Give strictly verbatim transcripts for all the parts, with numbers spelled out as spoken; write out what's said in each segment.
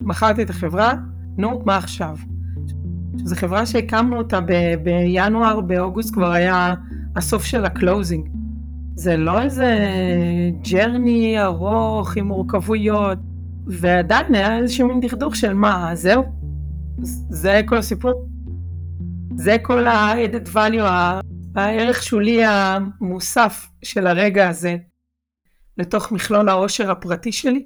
מכרתי את החברה, נו, מה עכשיו? זו חברה שהקמנו אותה ב- בינואר, באוגוסט כבר היה הסוף של הקלוזינג. זה לא איזה ג'רני ארוך עם מורכבויות, ועדיין היה איזשהו מין דכדוך של מה, זהו? זה כל הסיפור? זה כל ה-added value, הערך שולי המוסף של הרגע הזה, לתוך מכלול העושר הפרטי שלי?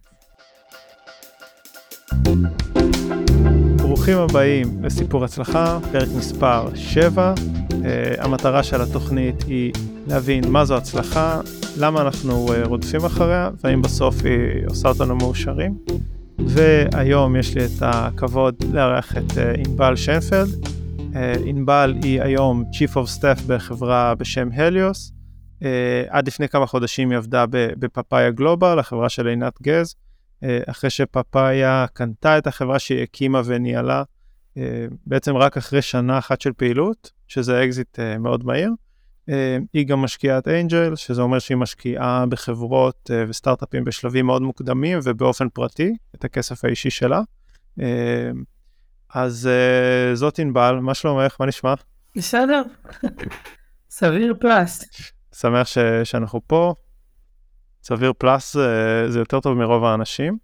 ברוכים הבאים לסיפור הצלחה, פרק מספר שבע. Uh, המטרה של התוכנית היא להבין מה זו הצלחה, למה אנחנו uh, רודפים אחריה, והאם בסוף היא עושה אותנו מאושרים. והיום יש לי את הכבוד לארח את uh, ענבל שיינפלד. Uh, ענבל היא היום Chief of Staff בחברה בשם הליוס. Uh, עד לפני כמה חודשים היא עבדה בפאפאיה גלובל, החברה של עינת גז. אחרי שפאפאיה קנתה את החברה שהיא הקימה וניהלה, בעצם רק אחרי שנה אחת של פעילות, שזה אקזיט מאוד מהיר. היא גם משקיעת אנג'ל, שזה אומר שהיא משקיעה בחברות וסטארט-אפים בשלבים מאוד מוקדמים ובאופן פרטי, את הכסף האישי שלה. אז זאת ענבל, מה שלומך? מה נשמע? בסדר. סביר פלס. שמח ש... שאנחנו פה. סביר פלס זה, זה יותר טוב מרוב האנשים.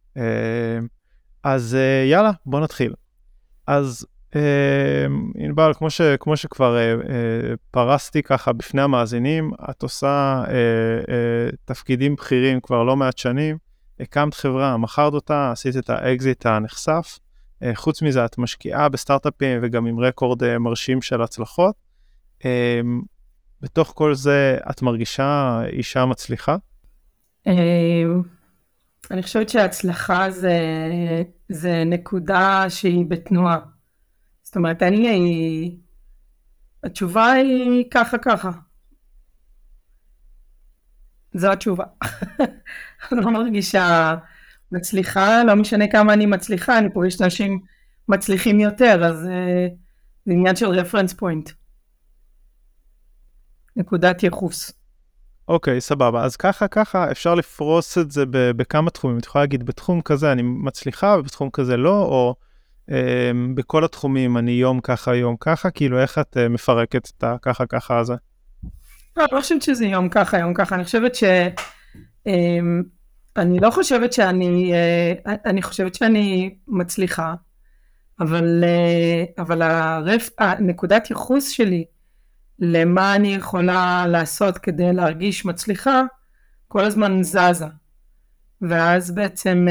אז יאללה, בוא נתחיל. אז ענבל, כמו, ש, כמו שכבר פרסתי ככה בפני המאזינים, את עושה תפקידים בכירים כבר לא מעט שנים, הקמת חברה, מכרת אותה, עשית את האקזיט הנחשף, חוץ מזה את משקיעה בסטארט-אפים וגם עם רקורד מרשים של הצלחות. בתוך כל זה את מרגישה אישה מצליחה? אני חושבת שההצלחה זה, זה נקודה שהיא בתנועה. זאת אומרת, אין לי... התשובה היא ככה ככה. זו התשובה. אני לא מרגישה מצליחה, לא משנה כמה אני מצליחה, אני פוגשת אנשים מצליחים יותר, אז זה עניין של רפרנס פוינט. נקודת יחוס. אוקיי, סבבה. אז ככה, ככה, אפשר לפרוס את זה בכמה תחומים. את יכולה להגיד, בתחום כזה אני מצליחה, ובתחום כזה לא, או אה, בכל התחומים אני יום ככה, יום ככה, כאילו איך את אה, מפרקת את הככה, ככה הזה? לא, אני לא חושבת שזה יום ככה, יום ככה. אני חושבת ש... אה, אני לא חושבת שאני... אה, אני חושבת שאני מצליחה, אבל, אה, אבל הרף, הנקודת יחוס שלי, למה אני יכולה לעשות כדי להרגיש מצליחה, כל הזמן זזה. ואז בעצם,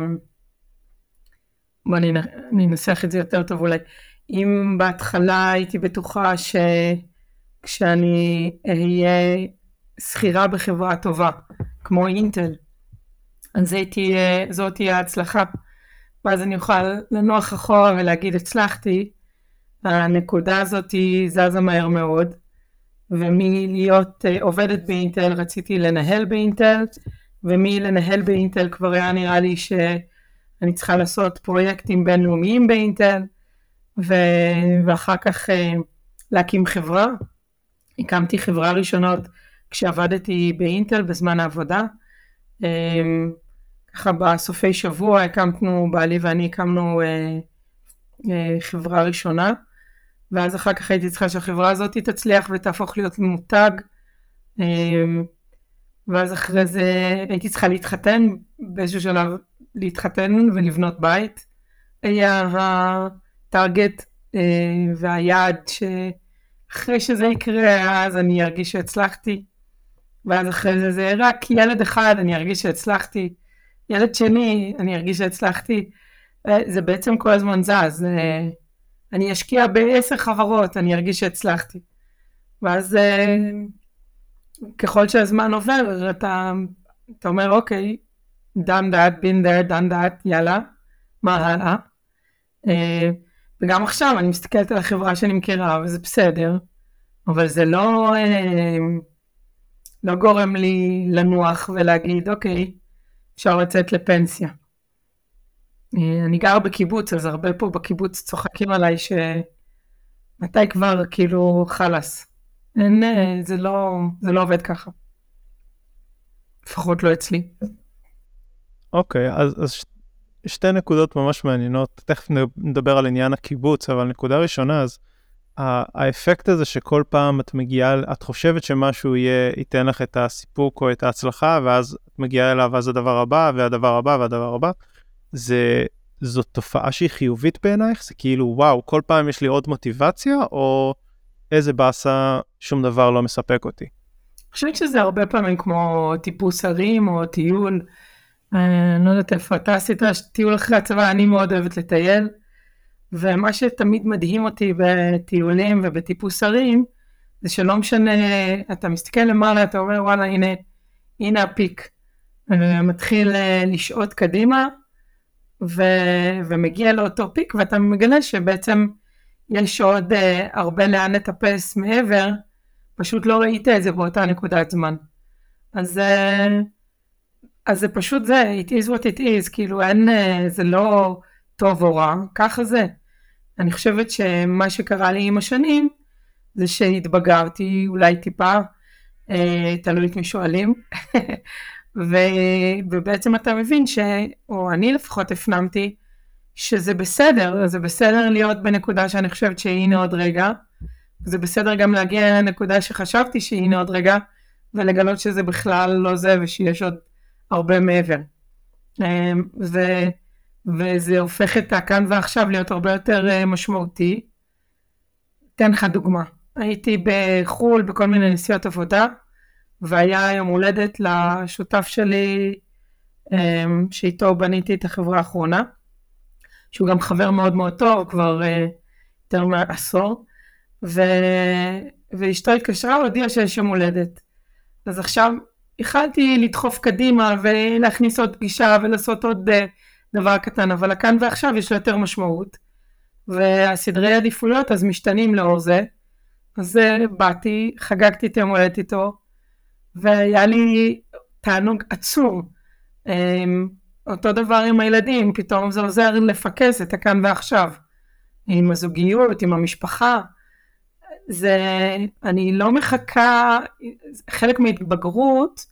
בוא אני, אני אנסח את זה יותר טוב אולי, אם בהתחלה הייתי בטוחה שכשאני אהיה שכירה בחברה טובה, כמו אינטל, אז הייתי, זאת תהיה ההצלחה. ואז אני אוכל לנוח אחורה ולהגיד, הצלחתי, הנקודה הזאת היא זזה מהר מאוד, ומלהיות uh, עובדת באינטל רציתי לנהל באינטל, ומלנהל באינטל כבר היה נראה לי שאני צריכה לעשות פרויקטים בינלאומיים באינטל, ו... ואחר כך uh, להקים חברה. הקמתי חברה ראשונות כשעבדתי באינטל בזמן העבודה, um, ככה בסופי שבוע הקמנו, בעלי ואני הקמנו uh, uh, חברה ראשונה, ואז אחר כך הייתי צריכה שהחברה הזאת תצליח ותהפוך להיות מותג, ואז אחרי זה הייתי צריכה להתחתן, באיזשהו שלב להתחתן ולבנות בית, היה הטארגט והיעד שאחרי שזה יקרה אז אני ארגיש שהצלחתי, ואז אחרי זה זה רק ילד אחד אני ארגיש שהצלחתי, ילד שני אני ארגיש שהצלחתי, זה בעצם כל הזמן זז, אני אשקיע בעשר חברות, אני ארגיש שהצלחתי. ואז ככל שהזמן עובר, אתה, אתה אומר, אוקיי, done that, been there, done that, יאללה, מה הלאה? וגם עכשיו אני מסתכלת על החברה שאני מכירה, וזה בסדר, אבל זה לא, לא גורם לי לנוח ולהגיד, אוקיי, אפשר לצאת לפנסיה. אני גר בקיבוץ, אז הרבה פה בקיבוץ צוחקים עליי שמתי כבר כאילו חלס. אין, זה לא, זה לא עובד ככה. לפחות לא אצלי. אוקיי, אז, אז שתי נקודות ממש מעניינות, תכף נדבר על עניין הקיבוץ, אבל נקודה ראשונה, אז האפקט הזה שכל פעם את מגיעה, את חושבת שמשהו יהיה, ייתן לך את הסיפוק או את ההצלחה, ואז את מגיעה אליו, ואז הדבר הבא, והדבר הבא, והדבר הבא, זה, זאת תופעה שהיא חיובית בעינייך? זה כאילו, וואו, כל פעם יש לי עוד מוטיבציה, או איזה באסה, שום דבר לא מספק אותי? אני חושבת שזה הרבה פעמים כמו טיפוס הרים או טיול. אני לא יודעת איפה אתה עשית טיול אחרי הצבא, אני מאוד אוהבת לטייל, ומה שתמיד מדהים אותי בטיולים ובטיפוס הרים, זה שלא משנה, אתה מסתכל למעלה, אתה אומר וואלה הנה, הנה הפיק, מתחיל לשעות קדימה, ו, ומגיע לאותו פיק, ואתה מגלה שבעצם יש עוד הרבה לאן לטפס מעבר, פשוט לא ראית את זה באותה נקודת זמן. אז, אז זה פשוט זה, it is what it is, כאילו אין, זה לא טוב או רע, ככה זה. אני חושבת שמה שקרה לי עם השנים, זה שהתבגרתי אולי טיפה, תלוי את מי שואלים, ו, ובעצם אתה מבין ש, או אני לפחות הפנמתי, שזה בסדר, זה בסדר להיות בנקודה שאני חושבת שהנה עוד רגע, זה בסדר גם להגיע לנקודה שחשבתי שהנה עוד רגע, ולגלות שזה בכלל לא זה, ושיש עוד הרבה מעבר. ו, וזה הופך את הכאן ועכשיו להיות הרבה יותר משמעותי. אתן לך דוגמה. הייתי בחול בכל מיני נסיעות עבודה, והיה יום הולדת לשותף שלי, שאיתו בניתי את החברה האחרונה, שהוא גם חבר מאוד מאוד טוב, כבר יותר מעשור, ו... ואשתו התקשרה, הודיעה שיש יום הולדת. אז עכשיו החלתי לדחוף קדימה ולהכניס עוד פגישה ולעשות עוד דבר קטן, אבל כאן ועכשיו יש לו יותר משמעות, והסדרי עדיפויות אז משתנים לאור זה. אז באתי, חגגתי את יום הולדת איתו, והיה לי תענוג עצום. אותו דבר עם הילדים, פתאום זה עוזר לפקס את הכאן ועכשיו, עם הזוגיות, עם המשפחה. זה, אני לא מחכה, חלק מהתבגרות,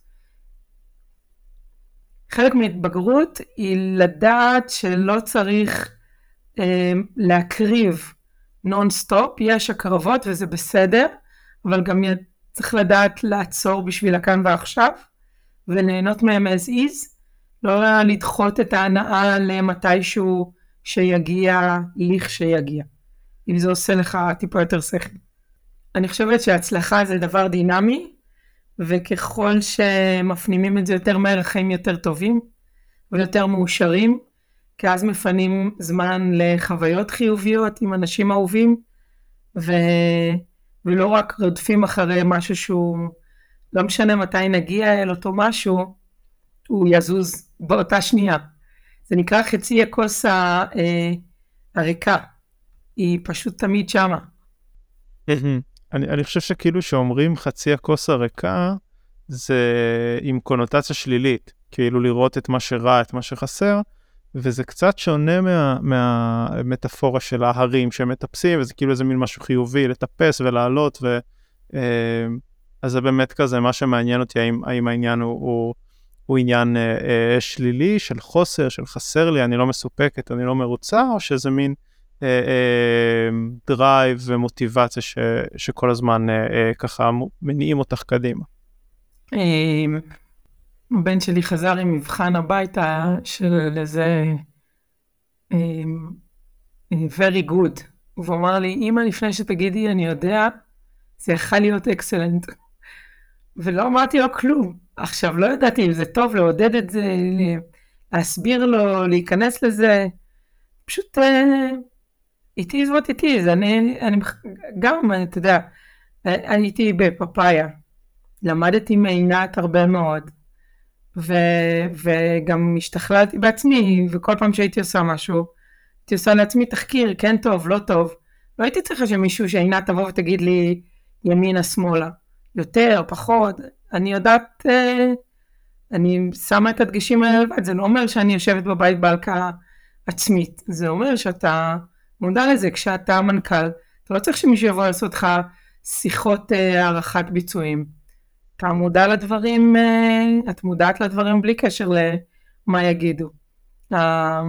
חלק מהתבגרות היא לדעת שלא צריך אה, להקריב נון-סטופ, יש הקרבות וזה בסדר, אבל גם צריך לדעת לעצור בשביל הכאן ועכשיו, וליהנות מהם as is, לא לדחות את ההנאה למתישהו שיגיע, ליך שיגיע. אם זה עושה לך טיפה יותר שכל. אני חושבת שההצלחה זה דבר דינמי, וככל שמפנימים את זה יותר מהר, החיים יותר טובים, ויותר מאושרים, כי אז מפנים זמן לחוויות חיוביות עם אנשים אהובים, ו... ולא רק רודפים אחרי משהו שהוא, לא משנה מתי נגיע אל אותו משהו, הוא יזוז באותה שנייה. זה נקרא חצי הכוס ה... הריקה, היא פשוט תמיד שמה. אני, אני חושב שכאילו שאומרים חצי הכוס הריקה, זה עם קונוטציה שלילית, כאילו לראות את מה שרע, את מה שחסר, וזה קצת שונה מה, מהמטאפורה של ההרים שמטפסים, וזה כאילו איזה מין משהו חיובי, לטפס ולעלות, ו, אז זה באמת כזה, מה שמעניין אותי, האם, האם העניין הוא, הוא, הוא עניין אה, אה, שלילי, של חוסר, של חסר לי, אני לא מסופקת, אני לא מרוצה, או שזה מין אה, אה, דרייב ומוטיבציה ש, שכל הזמן אה, אה, ככה מניעים אותך קדימה. הבן שלי חזר עם מבחן הביתה של איזה very good, הוא אמר לי, אמא לפני שתגידי אני יודע, זה יכול להיות אקסלנט, ולא אמרתי לו כלום. עכשיו לא ידעתי אם זה טוב לעודד את זה, להסביר לו, להיכנס לזה, פשוט it is what it is. אני, אני גם, אתה יודע, הייתי בפאפאיה, למדתי מעינת הרבה מאוד, ו, וגם השתכללתי בעצמי, וכל פעם שהייתי עושה משהו, הייתי עושה לעצמי תחקיר, כן טוב, לא טוב, לא הייתי צריכה שמישהו שעינת תבוא ותגיד לי ימינה שמאלה, יותר, פחות, אני יודעת, אני שמה את הדגשים האלה לבד, זה לא אומר שאני יושבת בבית בהלקאה עצמית, זה אומר שאתה מודע לזה, כשאתה מנכ"ל, אתה לא צריך שמישהו יבוא לעשות לך שיחות הערכת ביצועים, אתה מודע לדברים, את מודעת לדברים בלי קשר למה יגידו, ה-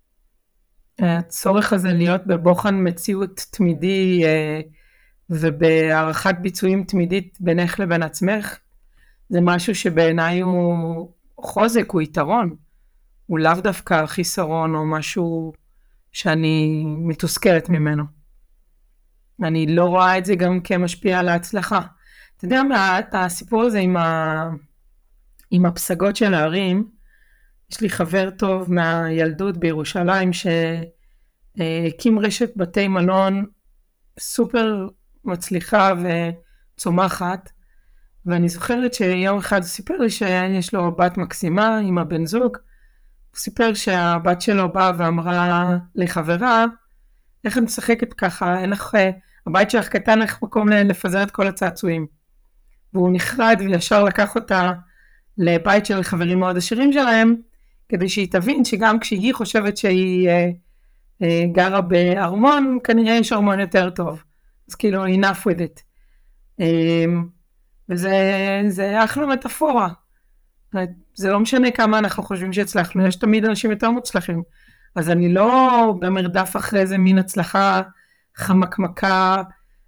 הצורך הזה להיות בבוחן מציאות תמידי אה, ובהערכת ביצועים תמידית בינך לבין עצמך, זה משהו שבעיניי הוא חוזק, הוא יתרון, הוא לאו דווקא חיסרון או משהו שאני מתוסכלת ממנו. אני לא רואה את זה גם כמשפיע על ההצלחה. אתה יודע מה, הסיפור הזה עם, ה... עם הפסגות של הערים, יש לי חבר טוב מהילדות בירושלים שהקים רשת בתי מלון סופר מצליחה וצומחת, ואני זוכרת שיום אחד הוא סיפר לי שיש לו בת מקסימה עם הבן זוג, הוא סיפר שהבת שלו באה ואמרה לחברה, איך את משחקת ככה, אין לך, הבית שלך קטן, איך מקום לפזר את כל הצעצועים. והוא נחרד וישר לקח אותה לבית של חברים מאוד עשירים שלהם, כדי שהיא תבין שגם כשהיא חושבת שהיא אה, אה, גרה בארמון, כנראה יש ארמון יותר טוב. אז כאילו, enough with it. אה, וזה זה אחלה מטאפורה. זה לא משנה כמה אנחנו חושבים שהצלחנו, יש תמיד אנשים יותר מוצלחים. אז אני לא במרדף אחרי איזה מין הצלחה חמקמקה,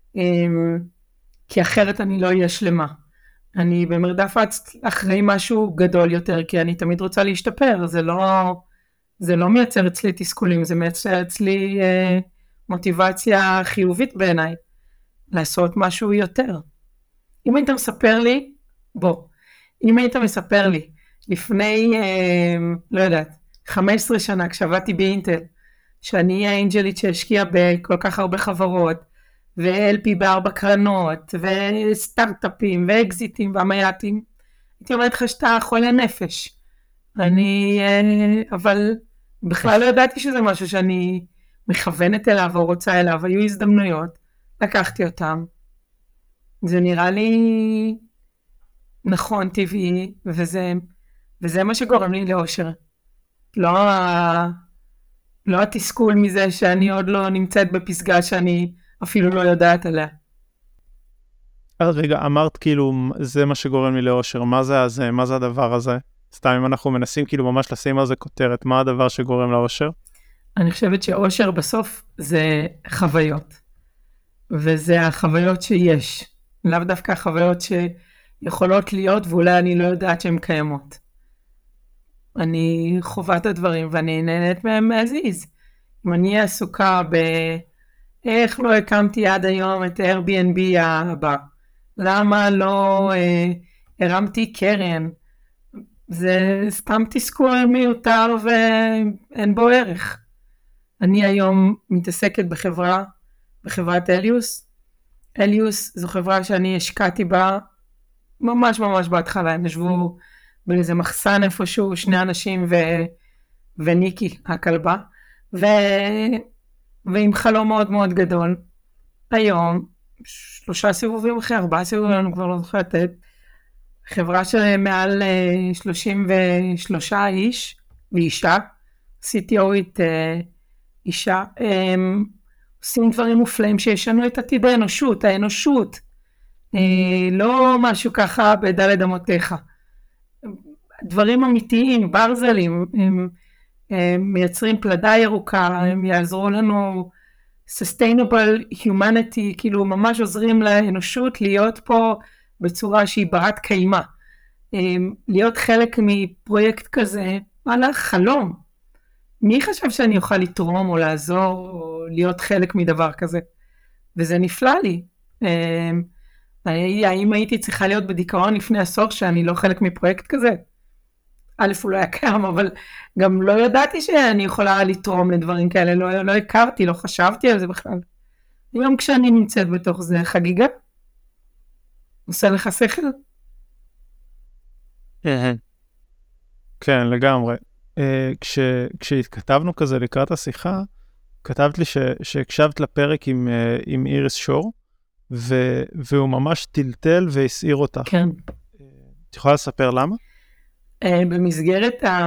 כי אחרת אני לא אהיה שלמה. אני במרדף אחרי משהו גדול יותר, כי אני תמיד רוצה להשתפר, זה לא, זה לא מייצר אצלי תסכולים, זה מייצר אצלי אה, מוטיבציה חיובית בעיניי, לעשות משהו יותר. אם היית מספר לי, בוא, אם היית מספר לי, לפני, אה, לא יודעת, חמש עשרה שנה, כשעבדתי באינטל, שאני האנג'לית שהשקיעה בכל כך הרבה חברות, ו-אל פי בארבע קרנות, וסטארט-אפים, ואקזיטים, והמייטים, הייתי אומרת לך שאתה חולה נפש. אני, אבל בכלל לא ידעתי שזה משהו שאני מכוונת אליו, או רוצה אליו, היו הזדמנויות, לקחתי אותם. זה נראה לי נכון, טבעי, וזה, וזה מה שגורם לי לאושר. לא, לא התסכול מזה שאני עוד לא נמצאת בפסגה שאני אפילו לא יודעת עליה. אז רגע, אמרת כאילו, זה מה שגורם לי לאושר, מה זה הזה, מה זה הדבר הזה? סתם אם אנחנו מנסים כאילו ממש לשים על זה כותרת, מה הדבר שגורם לאושר? אני חושבת שאושר בסוף זה חוויות, וזה החוויות שיש, לאו דווקא החוויות שיכולות להיות, ואולי אני לא יודעת שהן קיימות. אני חווה את הדברים ואני נהנית מהם מהזיז. אם אני עסוקה ב... איך לא הקמתי עד היום את Airbnb הבא? למה לא אה, הרמתי קרן? זה סתם תסכול מיותר ואין בו ערך. אני היום מתעסקת בחברה, בחברת אליוס. אליוס זו חברה שאני השקעתי בה ממש ממש בהתחלה. הם ישבו באיזה מחסן איפשהו, שני אנשים ו... וניקי הכלבה. ו... ועם חלום מאוד מאוד גדול. היום, שלושה סיבובים אחרי, ארבעה סיבובים, אני כבר לא זוכרת, חברה של מעל שלושים ושלושה איש, ואישה, סי טי או-ית אישה, הם עושים דברים מופלאים שישנו את עתיד האנושות, האנושות, לא משהו ככה בדלת אמותיך. דברים אמיתיים, ברזלים, הם, הם מייצרים פלדה ירוקה, הם יעזרו לנו sustainable humanity, כאילו ממש עוזרים לאנושות להיות פה בצורה שהיא ברת קיימה. להיות חלק מפרויקט כזה, וואלה, חלום. מי חשב שאני אוכל לתרום או לעזור או להיות חלק מדבר כזה? וזה נפלא לי. האם הייתי צריכה להיות בדיכאון לפני עשור שאני לא חלק מפרויקט כזה? א' הוא לא היה קיים, אבל גם לא ידעתי שאני יכולה לתרום לדברים כאלה, לא, לא הכרתי, לא חשבתי על זה בכלל. היום כשאני נמצאת בתוך זה, חגיגה. עושה לך שכל? כן, לגמרי. כש, כשהתכתבנו כזה לקראת השיחה, כתבת לי ש, שהקשבת לפרק עם, עם איריס שור, ו, והוא ממש טלטל והסעיר אותך. כן. את יכולה לספר למה? במסגרת ה...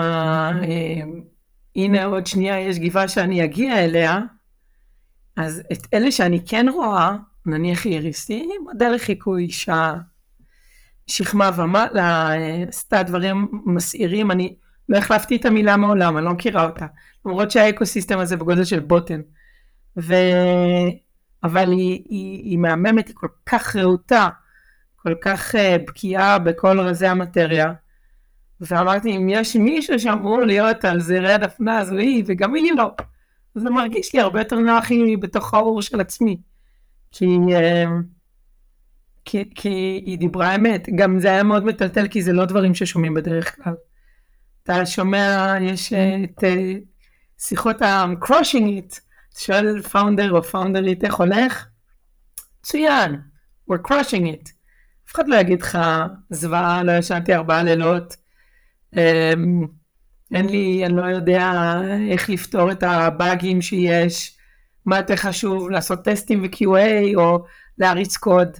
הנה עוד שנייה יש גבעה שאני אגיע אליה, אז את אלה שאני כן רואה, נניח איריס, היא מודל לחיקוי, אישה שכמה ומעלה, עשתה דברים מסעירים, אני לא החלפתי את המילה מעולם, אני לא מכירה אותה. למרות שהאקוסיסטם הזה בגודל של בוטן. ו... אבל היא, היא, היא מהממת, היא כל כך רעותה, כל כך uh, בקיאה בכל רזי המטריה. ואמרתי, אם יש מישהו שאמור להיות על זרי הדפנה, אז היא, וגם היא לא. זה מרגיש לי הרבה יותר נוח בתוך האור של עצמי. כי, uh, כי, כי היא דיברה אמת. גם זה היה מאוד מטלטל, כי זה לא דברים ששומעים בדרך כלל. אתה שומע, יש את uh, שיחות ה-crushing it, שואל פאונדר או פאונדרית, איך הולך? צוין, we're crushing it. אף אחד לא יגיד לך, זוועה, לא ישנתי ארבעה לילות, אין לי, אני לא יודע איך לפתור את הבאגים שיש, מה יותר חשוב, לעשות טסטים ו-קיו איי או להריץ קוד.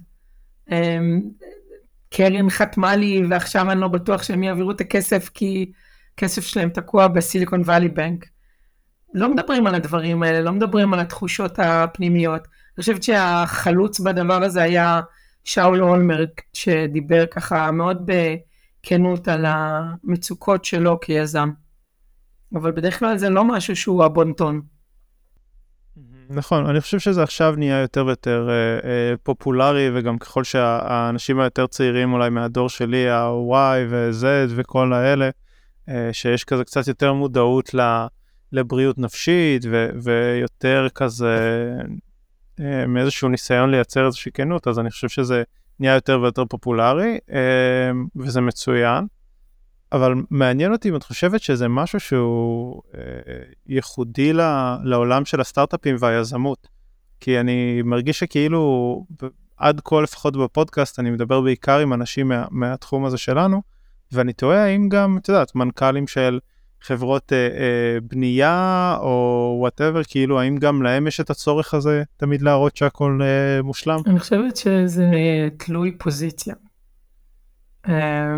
קרן חתמה לי ועכשיו אני לא בטוח שהם יעבירו את הכסף כי כסף שלהם תקוע בסיליקון ואלי בנק. לא מדברים על הדברים האלה, לא מדברים על התחושות הפנימיות. אני חושבת שהחלוץ בדבר הזה היה שאול אולמרט, שדיבר ככה מאוד בכנות על המצוקות שלו כיזם. אבל בדרך כלל זה לא משהו שהוא הבונטון. נכון, אני חושב שזה עכשיו נהיה יותר ויותר אה, אה, פופולרי, וגם ככל שהאנשים היותר צעירים אולי מהדור שלי, ה-Y ו-Z וכל האלה, אה, שיש כזה קצת יותר מודעות ל... לבריאות נפשית, ו- ויותר כזה, אה, מאיזשהו ניסיון לייצר איזושהי כנות, אז אני חושב שזה נהיה יותר ויותר פופולרי, אה, וזה מצוין. אבל מעניין אותי אם את חושבת שזה משהו שהוא אה, ייחודי ל- לעולם של הסטארט-אפים והיזמות. כי אני מרגיש שכאילו, עד כה לפחות בפודקאסט, אני מדבר בעיקר עם אנשים מה- מהתחום הזה שלנו, ואני תוהה האם גם, את יודעת, מנכ"לים של חברות אה, אה, בנייה או whatever, כאילו האם גם להם יש את הצורך הזה תמיד להראות שהכל אה, מושלם? אני חושבת שזה תלוי פוזיציה. אה,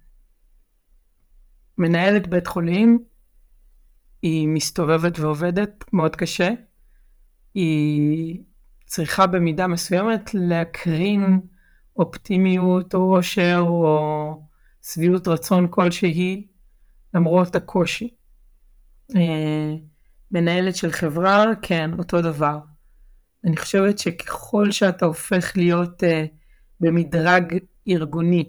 מנהלת בית חולים, היא מסתובבת ועובדת מאוד קשה, היא צריכה במידה מסוימת להקרין אופטימיות או אושר או שביעות רצון כלשהי, למרות הקושי. מנהלת של חברה, כן, אותו דבר. אני חושבת שככל שאתה הופך להיות במדרג ארגוני,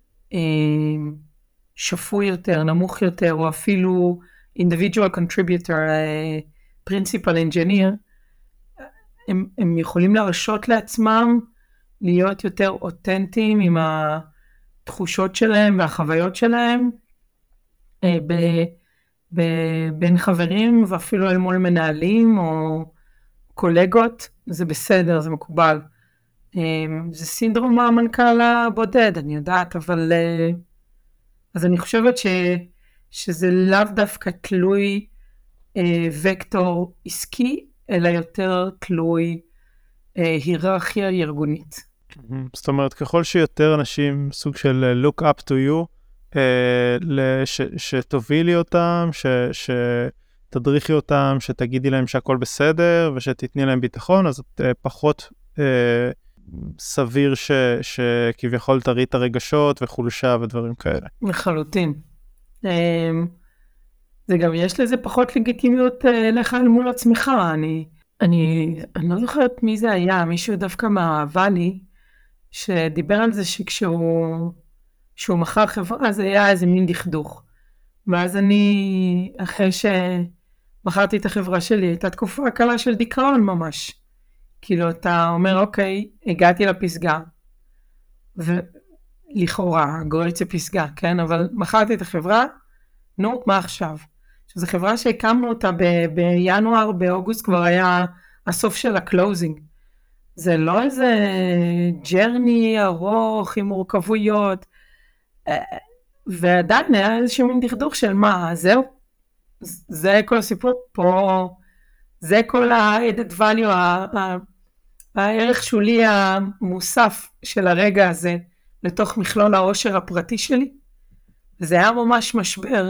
שפוי יותר, נמוך יותר, או אפילו individual contributor, principal engineer, הם, הם יכולים להרשות לעצמם להיות יותר אותנטיים עם התחושות שלהם והחוויות שלהם, ב, ב, בין חברים ואפילו אל מול מנהלים או קולגות, זה בסדר, זה מקובל. זה סינדרום המנכ"ל הבודד, אני יודעת, אבל אז אני חושבת ש, שזה לאו דווקא תלוי אה, וקטור עסקי, אלא יותר תלוי אה, היררכיה ארגונית. זאת אומרת, ככל שיותר אנשים סוג של look up to you, אה, לש, שתובילי אותם, ש, שתדריכי אותם, שתגידי להם שהכל בסדר, ושתתני להם ביטחון, אז את אה, פחות אה, סביר ש, שכביכול תראי את הרגשות וחולשה ודברים כאלה. לחלוטין. אה, זה גם יש לזה פחות לגיטימיות אה, לך אל מול עצמך. אני, אני, אני לא זוכרת מי זה היה, מישהו דווקא מהוואלי, שדיבר על זה שכשהוא שהוא מכר חברה, זה היה איזה מין דכדוך. ואז אני, אחרי שמכרתי את החברה שלי, הייתה תקופה קלה של דיכאון ממש. כאילו אתה אומר, אוקיי, הגעתי לפסגה, ולכאורה, גורץ פסגה, כן? אבל מכרתי את החברה, נו, מה עכשיו? שזו חברה שהקמנו אותה ב- בינואר, באוגוסט כבר היה הסוף של הקלוזינג. זה לא איזה ג'רני ארוך עם מורכבויות, ועדיין היה איזשהו מין דכדוך של מה, זהו? זה כל הסיפור פה, זה כל ה-added value, הערך שולי המוסף של הרגע הזה, לתוך מכלול העושר הפרטי שלי. זה היה ממש משבר.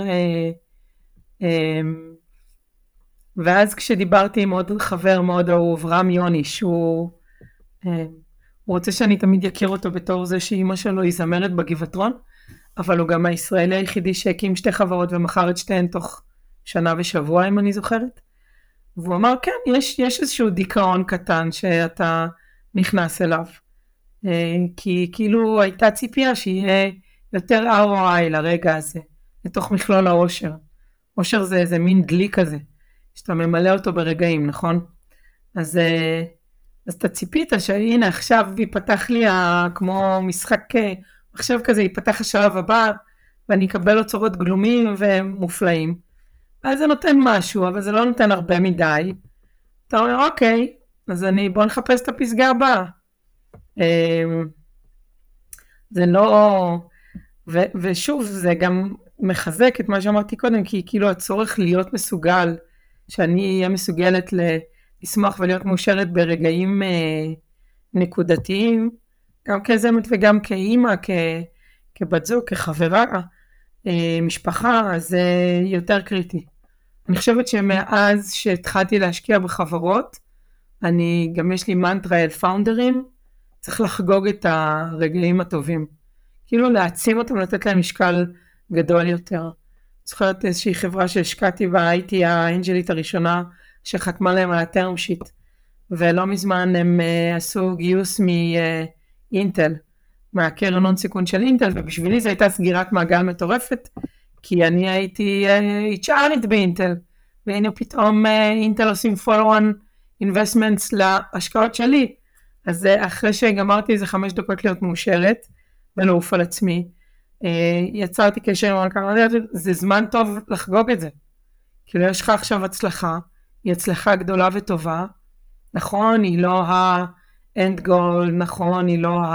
ואז כשדיברתי עם עוד חבר מאוד אהוב, רם יוני, שהוא הוא רוצה שאני תמיד יכיר אותו בתור זה שאימא שלו היא זמרת בגבעתרון, אבל הוא גם הישראלי היחידי שהקים שתי חברות ומכר את שתיהן תוך שנה ושבוע, אם אני זוכרת. והוא אמר, כן, יש, יש איזשהו דיכאון קטן שאתה נכנס אליו. כי כאילו הייתה ציפייה שיהיה יותר אר או איי לרגע הזה, לתוך מכלול האושר. אושר זה איזה מין דלי כזה, שאתה ממלא אותו ברגעים, נכון? אז, אז אתה ציפית שהנה עכשיו ייפתח לי כמו משחק מחשב כזה, ייפתח השלב הבא, ואני אקבל אוצרות גלומים ומופלאים. אז זה נותן משהו, אבל זה לא נותן הרבה מדי. אתה אומר, אוקיי, אז אני, בוא נחפש את הפסגה הבאה. זה לא, ו, ושוב, זה גם מחזק את מה שאמרתי קודם, כי כאילו הצורך להיות מסוגל, שאני אהיה מסוגלת לשמוח ולהיות מאושרת ברגעים נקודתיים, גם כזמת וגם כאימא, כ, כבת זוג, כחברה, משפחה, זה יותר קריטי. אני חושבת שמאז שהתחלתי להשקיע בחברות, אני גם יש לי מנטרה אל פאונדרים, צריך לחגוג את הרגעים הטובים. כאילו להעצים אותם, לתת להם משקל גדול יותר. זוכרת איזושהי חברה שהשקעתי בה, הייתי האנג'לית הראשונה שחתמה להם על הטרם שיט, ולא מזמן הם uh, עשו גיוס מאינטל, uh, מהקרן הון סיכון של אינטל, ובשבילי זו הייתה סגירת מעגל מטורפת, כי אני הייתי אייץ' אר'ית באינטל, והנה פתאום uh, אינטל עושים follow-on investments להשקעות שלי, אז uh, אחרי שגמרתי איזה חמש דקות להיות מאושרת, ולעוף על עצמי, uh, יצרתי קשר עם המנכ"ל, זה זמן טוב לחגוג את זה, כאילו יש לך עכשיו הצלחה, היא הצלחה גדולה וטובה, נכון, היא לא ה-end goal, נכון, היא לא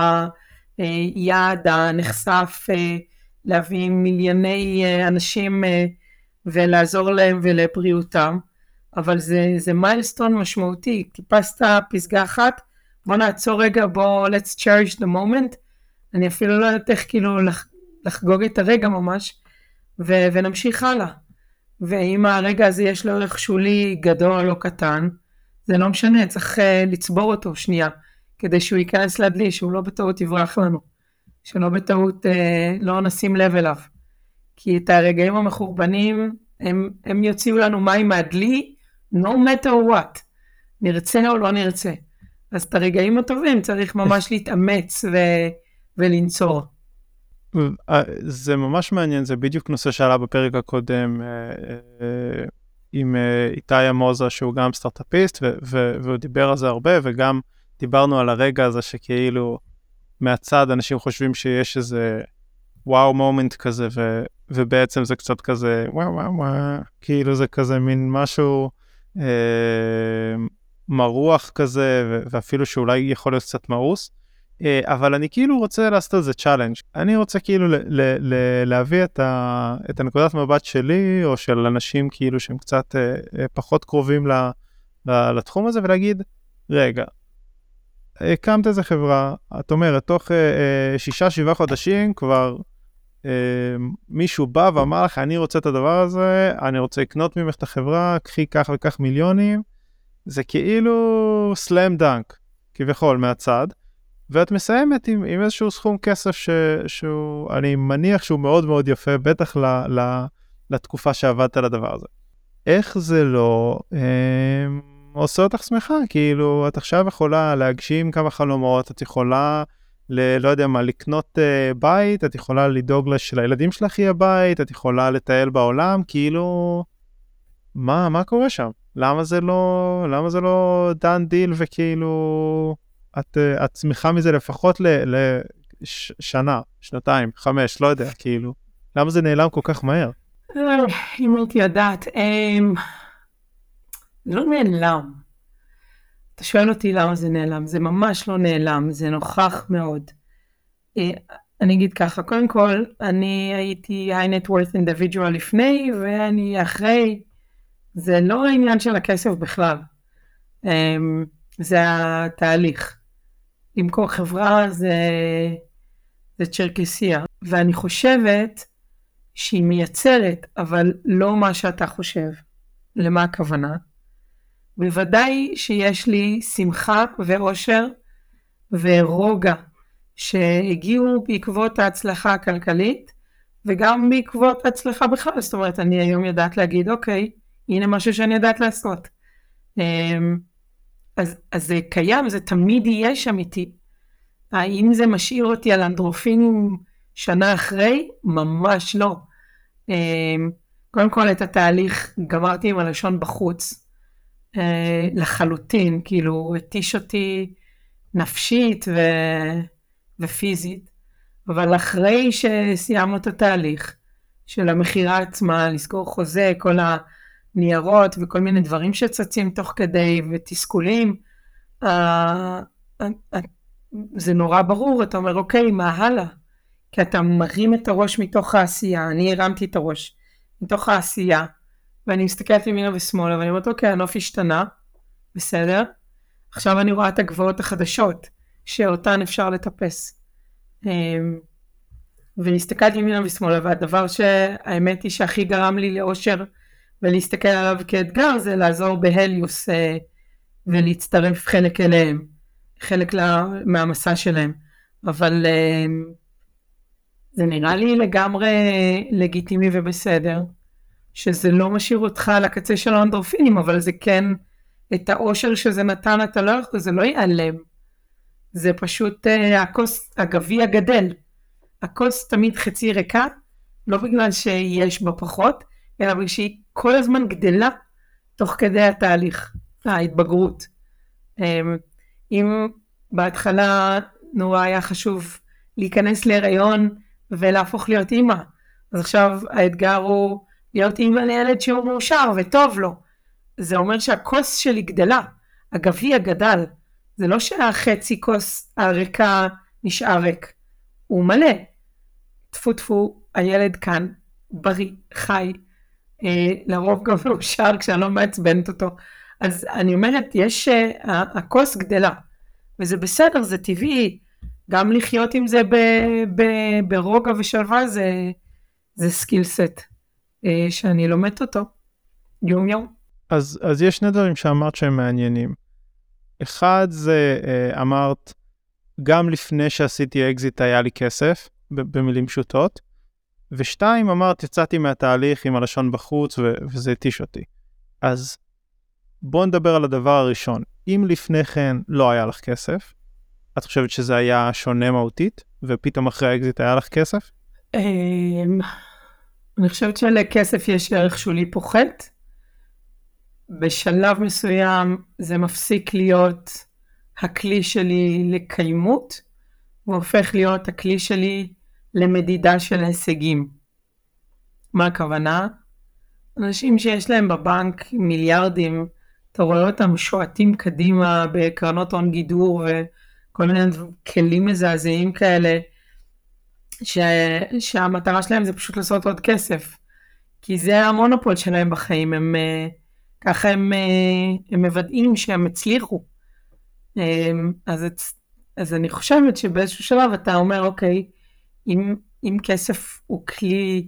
היעד הנחשף להביא מיליוני אנשים ולעזור להם ולבריאותם, אבל זה, זה מיילסטון משמעותי, טיפסת פסגה אחת, בוא נעצור רגע, בוא let's cherish the moment, אני אפילו לא יודעת איך כאילו לחגוג את הרגע ממש, ו- ונמשיך הלאה, ואם הרגע הזה יש לו ערך שולי גדול או קטן, זה לא משנה, צריך uh, לצבור אותו שנייה, כדי שהוא ייכנס לדלי, שהוא לא בטעות יברח לנו, שלא בטעות uh, לא נשים לב אליו, כי את הרגעים המחורבנים, הם, הם יוציאו לנו מים מהדלי, no matter what, נרצה או לא נרצה, אז את הרגעים הטובים צריך ממש להתאמץ ו, ולנצור. זה ממש מעניין, זה בדיוק נושא שעלה בפרק הקודם, עם איתי עמוזה שהוא גם סטארט-אפיסט, ו- ו- והוא דיבר על זה הרבה, וגם דיברנו על הרגע הזה שכאילו מהצד אנשים חושבים שיש איזה וואו מומנט כזה, ו- ובעצם זה קצת כזה וואו וואו וואו, כאילו זה כזה מין משהו אה, מרוח כזה, ו- ואפילו שאולי יכול להיות קצת מאוס, אה, אבל אני כאילו רוצה לעשות את זה צ'אלנג'. אני רוצה כאילו ל- ל- ל- להביא את, ה- את הנקודת מבט שלי, או של אנשים כאילו שהם קצת אה, אה, פחות קרובים ל- ל- לתחום הזה, ולהגיד, רגע, הקמת איזה חברה, את אומרת, תוך אה, אה, שישה, שבעה חודשים כבר אה, מישהו בא ואמר לך, אני רוצה את הדבר הזה, אני רוצה לקנות ממך את החברה, קחי כך וכך מיליונים, זה כאילו סלאם דנק, כביכול מהצד, ואת מסיימת עם, עם איזשהו סכום כסף ש, שהוא, אני מניח שהוא מאוד מאוד יפה, בטח ל, ל, לתקופה שעבדת על הדבר הזה. איך זה לא אה, עושה אותך שמחה? כאילו, את עכשיו יכולה להגשים כמה חלומות, את יכולה, ל, לא יודע מה, לקנות אה, בית, את יכולה לדאוג שלילדים שלך יהיה בית, את יכולה לטייל בעולם, כאילו, מה, מה קורה שם? למה זה לא, למה זה לא דן דיל וכאילו... את, את שמחה מזה לפחות לשנה, שנתיים, חמש, לא יודע, כאילו. למה זה נעלם כל כך מהר? אם הייתי יודעת, זה לא נעלם. אתה שואל אותי למה זה נעלם, זה ממש לא נעלם, זה נוכח מאוד. אני אגיד ככה, קודם כל, אני הייתי high net worth individual לפני, ואני אחרי, זה לא העניין של הכסף בכלל. זה התהליך. למכור חברה זה, זה צ'רקסיה, ואני חושבת שהיא מייצרת, אבל לא מה שאתה חושב. למה הכוונה? בוודאי שיש לי שמחה ואושר ורוגע שהגיעו בעקבות ההצלחה הכלכלית, וגם בעקבות הצלחה בכלל, זאת אומרת, אני היום יודעת להגיד, אוקיי, הנה משהו שאני יודעת לעשות. אז, אז זה קיים, זה תמיד יהיה שם איתי. האם זה משאיר אותי על אנדרופינים שנה אחרי? ממש לא. קודם כל את התהליך גמרתי עם הלשון בחוץ, לחלוטין, כאילו התיש אותי נפשית ו... ופיזית, אבל אחרי שסיימנו את התהליך של המחירה עצמה, לסגור חוזה, כל הניירות וכל מיני דברים שצצים תוך כדי ותסכולים, זה נורא ברור, אתה אומר אוקיי, מה הלאה? כי אתה מרים את הראש מתוך העשייה, אני הרמתי את הראש מתוך העשייה, ואני מסתכלת ימינה ושמאלה, ואני אומרת אוקיי, הנוף השתנה, בסדר, עכשיו אני רואה את הגבעות החדשות, שאותן אפשר לטפס. ולהסתכל ימינה ושמאלה, והדבר שהאמת היא שהכי גרם לי לאושר, ולהסתכל עליו כאתגר, זה לעזור בהליוס, ולהצטרף חלק אליהם, חלק מהמסע שלהם. אבל זה נראה לי לגמרי לגיטימי ובסדר, שזה לא משאיר אותך על הקצה של האנדרופינים, אבל זה כן, את האושר שזה נתן, אתה לא יכול, זה לא ייעלם. זה פשוט הכוס, הגביע גדל. הכוס תמיד חצי ריקה, לא בגלל שיש בה פחות, אלא בגלל שהיא כל הזמן גדלה, תוך כדי התהליך, ההתבגרות. אם בהתחלה נורא היה חשוב להיכנס להיריון ולהפוך להיות אימא, אז עכשיו האתגר הוא להיות אימא לילד שהוא מאושר וטוב לו. זה אומר שהכוס שלי גדלה, הגביע גדל. זה לא שהחצי כוס הריקה נשאר ריק, הוא מלא. טפו טפו, הילד כאן, בריא, חי, אה, לרוב גם מאושר כשאני לא מעצבנת אותו. אז אני אומרת, יש, אה, הכוס גדלה, וזה בסדר, זה טבעי, גם לחיות עם זה ב, ב, ברוגע ושלווה, זה, זה סקיל סט, אה, שאני לומדת אותו, יום יום. אז, אז יש שני דברים שאמרת שהם מעניינים. אחד זה, אמרת, גם לפני שעשיתי אקזיט היה לי כסף, במילים פשוטות, ושתיים, אמרת, יצאתי מהתהליך עם הלשון בחוץ, ו- וזה התיש אותי. אז בואו נדבר על הדבר הראשון. אם לפני כן לא היה לך כסף, את חושבת שזה היה שונה מהותית, ופתאום אחרי האקזיט היה לך כסף? אני חושבת שלכסף יש ערך שולי פוחת, בשלב מסוים זה מפסיק להיות הכלי שלי לקיימות, הוא הופך להיות הכלי שלי למדידה של הישגים. מה הכוונה? אנשים שיש להם בבנק מיליארדים, אתה רואה אותם שועטים קדימה בקרנות הון גידור וכל מיני כלים מזעזעים כאלה, ש... שהמטרה שלהם זה פשוט לעשות עוד כסף, כי זה המונופול שלהם בחיים, הם... ככה הם, הם מוודאים שהם הצליחו. אז, אז אני חושבת שבאיזשהו שלב אתה אומר, אוקיי, אם, אם כסף הוא כלי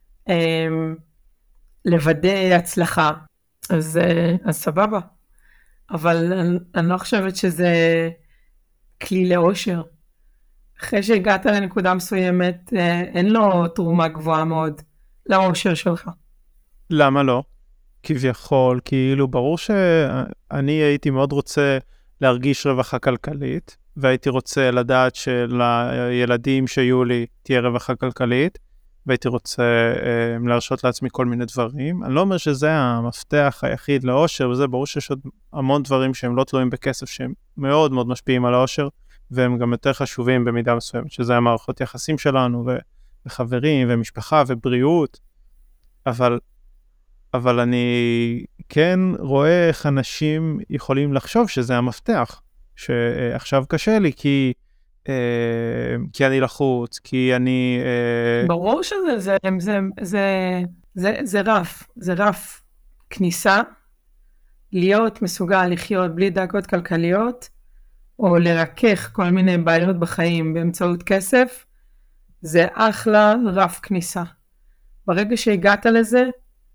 לוודא הצלחה, אז, אז סבבה. אבל אני, אני לא חושבת שזה כלי לאושר. אחרי שהגעת לנקודה מסוימת, אין לו תרומה גבוהה מאוד לאושר שלך. למה לא? כביכול, כאילו ברור שאני הייתי מאוד רוצה להרגיש רווחה כלכלית, והייתי רוצה לדעת שלילדים שיהיו לי תהיה רווחה כלכלית, והייתי רוצה אה, להרשות לעצמי כל מיני דברים. אני לא אומר שזה המפתח היחיד לאושר, וזה ברור שיש עוד המון דברים שהם לא תלויים בכסף, שהם מאוד מאוד משפיעים על האושר, והם גם יותר חשובים במידה מסוימת, שזה המערכות יחסים שלנו, ו- וחברים, ומשפחה, ובריאות, אבל... אבל אני כן רואה איך אנשים יכולים לחשוב שזה המפתח, שעכשיו קשה לי כי, אה, כי אני לחוץ, כי אני... אה... ברור שזה זה, זה, זה, זה, זה רף, זה רף כניסה, להיות מסוגל לחיות בלי דאגות כלכליות, או לרכך כל מיני בעיות בחיים באמצעות כסף, זה אחלה רף כניסה. ברגע שהגעת לזה,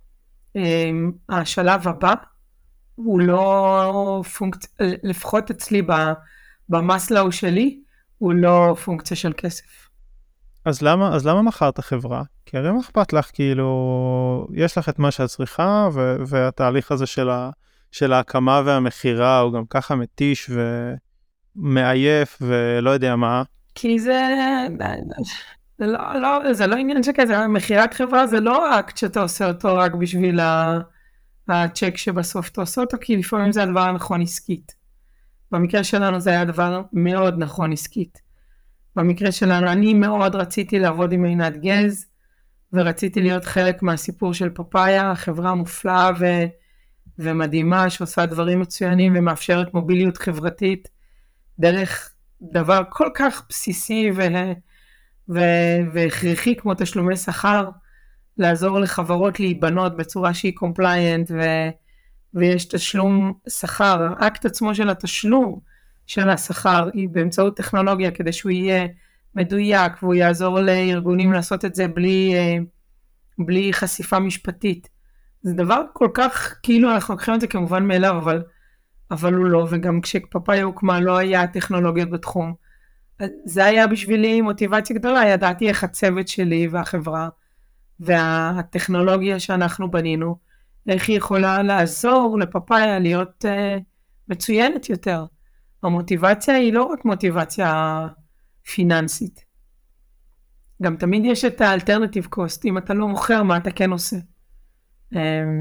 השלב הבא הוא לא פונקציה, לפחות אצלי במסלאו שלי, הוא לא פונקציה של כסף. אז למה, אז למה מכרת חברה? כי הרי מה אכפת לך, כאילו, יש לך את מה שאת צריכה, ו- והתהליך הזה של, ה- של ההקמה והמחירה הוא גם ככה מתיש ומעייף ולא יודע מה. כי זה, זה לא, לא, זה לא עניין שכזה, מכירת חברה זה לא אקט שאתה עושה אותו רק בשביל ה- הצ'ק שבסוף אתה עושה אותו, כי לפעמים זה הדבר הנכון עסקית. במקרה שלנו זה היה דבר מאוד נכון עסקית. במקרה שלנו אני מאוד רציתי לעבוד עם עינת גז, ורציתי להיות חלק מהסיפור של פאפאיה, חברה מופלאה ו... ומדהימה שעושה דברים מצוינים ומאפשרת מוביליות חברתית דרך דבר כל כך בסיסי ו... ו... והכרחי כמו תשלומי שכר, לעזור לחברות להיבנות בצורה שהיא קומפליינט ו... ויש תשלום שכר, האקט עצמו של התשלום של השכר היא באמצעות טכנולוגיה כדי שהוא יהיה מדויק והוא יעזור לארגונים לעשות את זה בלי, בלי חשיפה משפטית. זה דבר כל כך, כאילו אנחנו לוקחים את זה כמובן מאליו, אבל, אבל הוא לא, וגם כשפאפאיה הוקמה לא היה טכנולוגיות בתחום. זה היה בשבילי מוטיבציה גדולה, ידעתי איך הצוות שלי והחברה והטכנולוגיה שאנחנו בנינו, איך היא יכולה לעזור לפאפאיה להיות uh, מצוינת יותר. המוטיבציה היא לא רק מוטיבציה פיננסית. גם תמיד יש את האלטרנטיב קוסט, אם אתה לא מוכר מה אתה כן עושה. Um,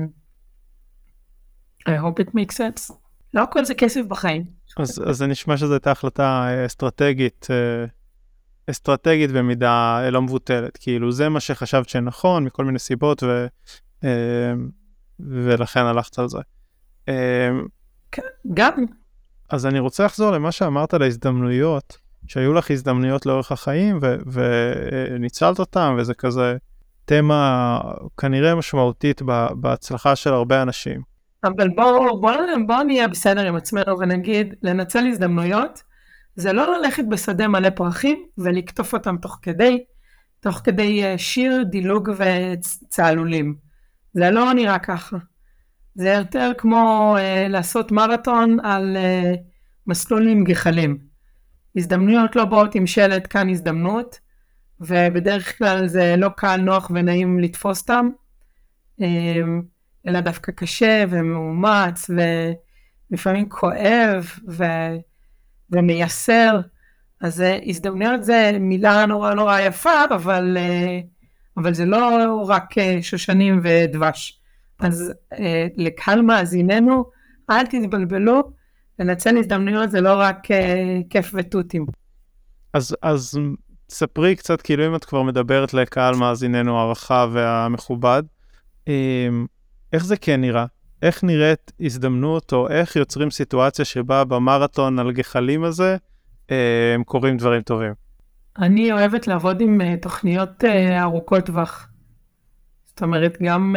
I hope it makes sense. לא הכל זה כסף בחיים. אז, אז זה נשמע שזו הייתה החלטה אסטרטגית, אסטרטגית במידה לא מבוטלת. כאילו זה מה שחשבת שנכון, מכל מיני סיבות, ו, ולכן הלכת על זה. כן, גם. אז אני רוצה לחזור למה שאמרת על ההזדמנויות, שהיו לך הזדמנויות לאורך החיים, ו, וניצלת אותם, וזה כזה תמה כנראה משמעותית בהצלחה של הרבה אנשים. אבל בואו בוא, בוא נהיה בסדר עם עצמנו ונגיד, לנצל הזדמנויות, זה לא ללכת בשדה מלא פרחים ולקטוף אותם תוך כדי, תוך כדי שיר, דילוג וצעלולים. זה לא נראה ככה. זה יותר כמו אה, לעשות מרתון על אה, מסלול עם גחלים. הזדמנויות לא באות עם שלט, כאן הזדמנות, ובדרך כלל זה לא קל, נוח ונעים לתפוס אותם, אה, אלא דווקא קשה ומאומץ, ולפעמים כואב ו... ומייסר. אז הזדמנויות זה מילה נורא נורא יפה, אבל, אבל זה לא רק שושנים ודבש. אז לקהל מאזיננו, אל תתבלבלו, לנצל הזדמנויות זה לא רק כיף ותותים. אז, אז ספרי קצת, כאילו אם את כבר מדברת לקהל מאזיננו הרחב והמכובד, איך זה כן נראה? איך נראית הזדמנות, או איך יוצרים סיטואציה שבה במרתון על גחלים הזה, הם קוראים דברים טובים? אני אוהבת לעבוד עם תוכניות ארוכות טווח. זאת אומרת, גם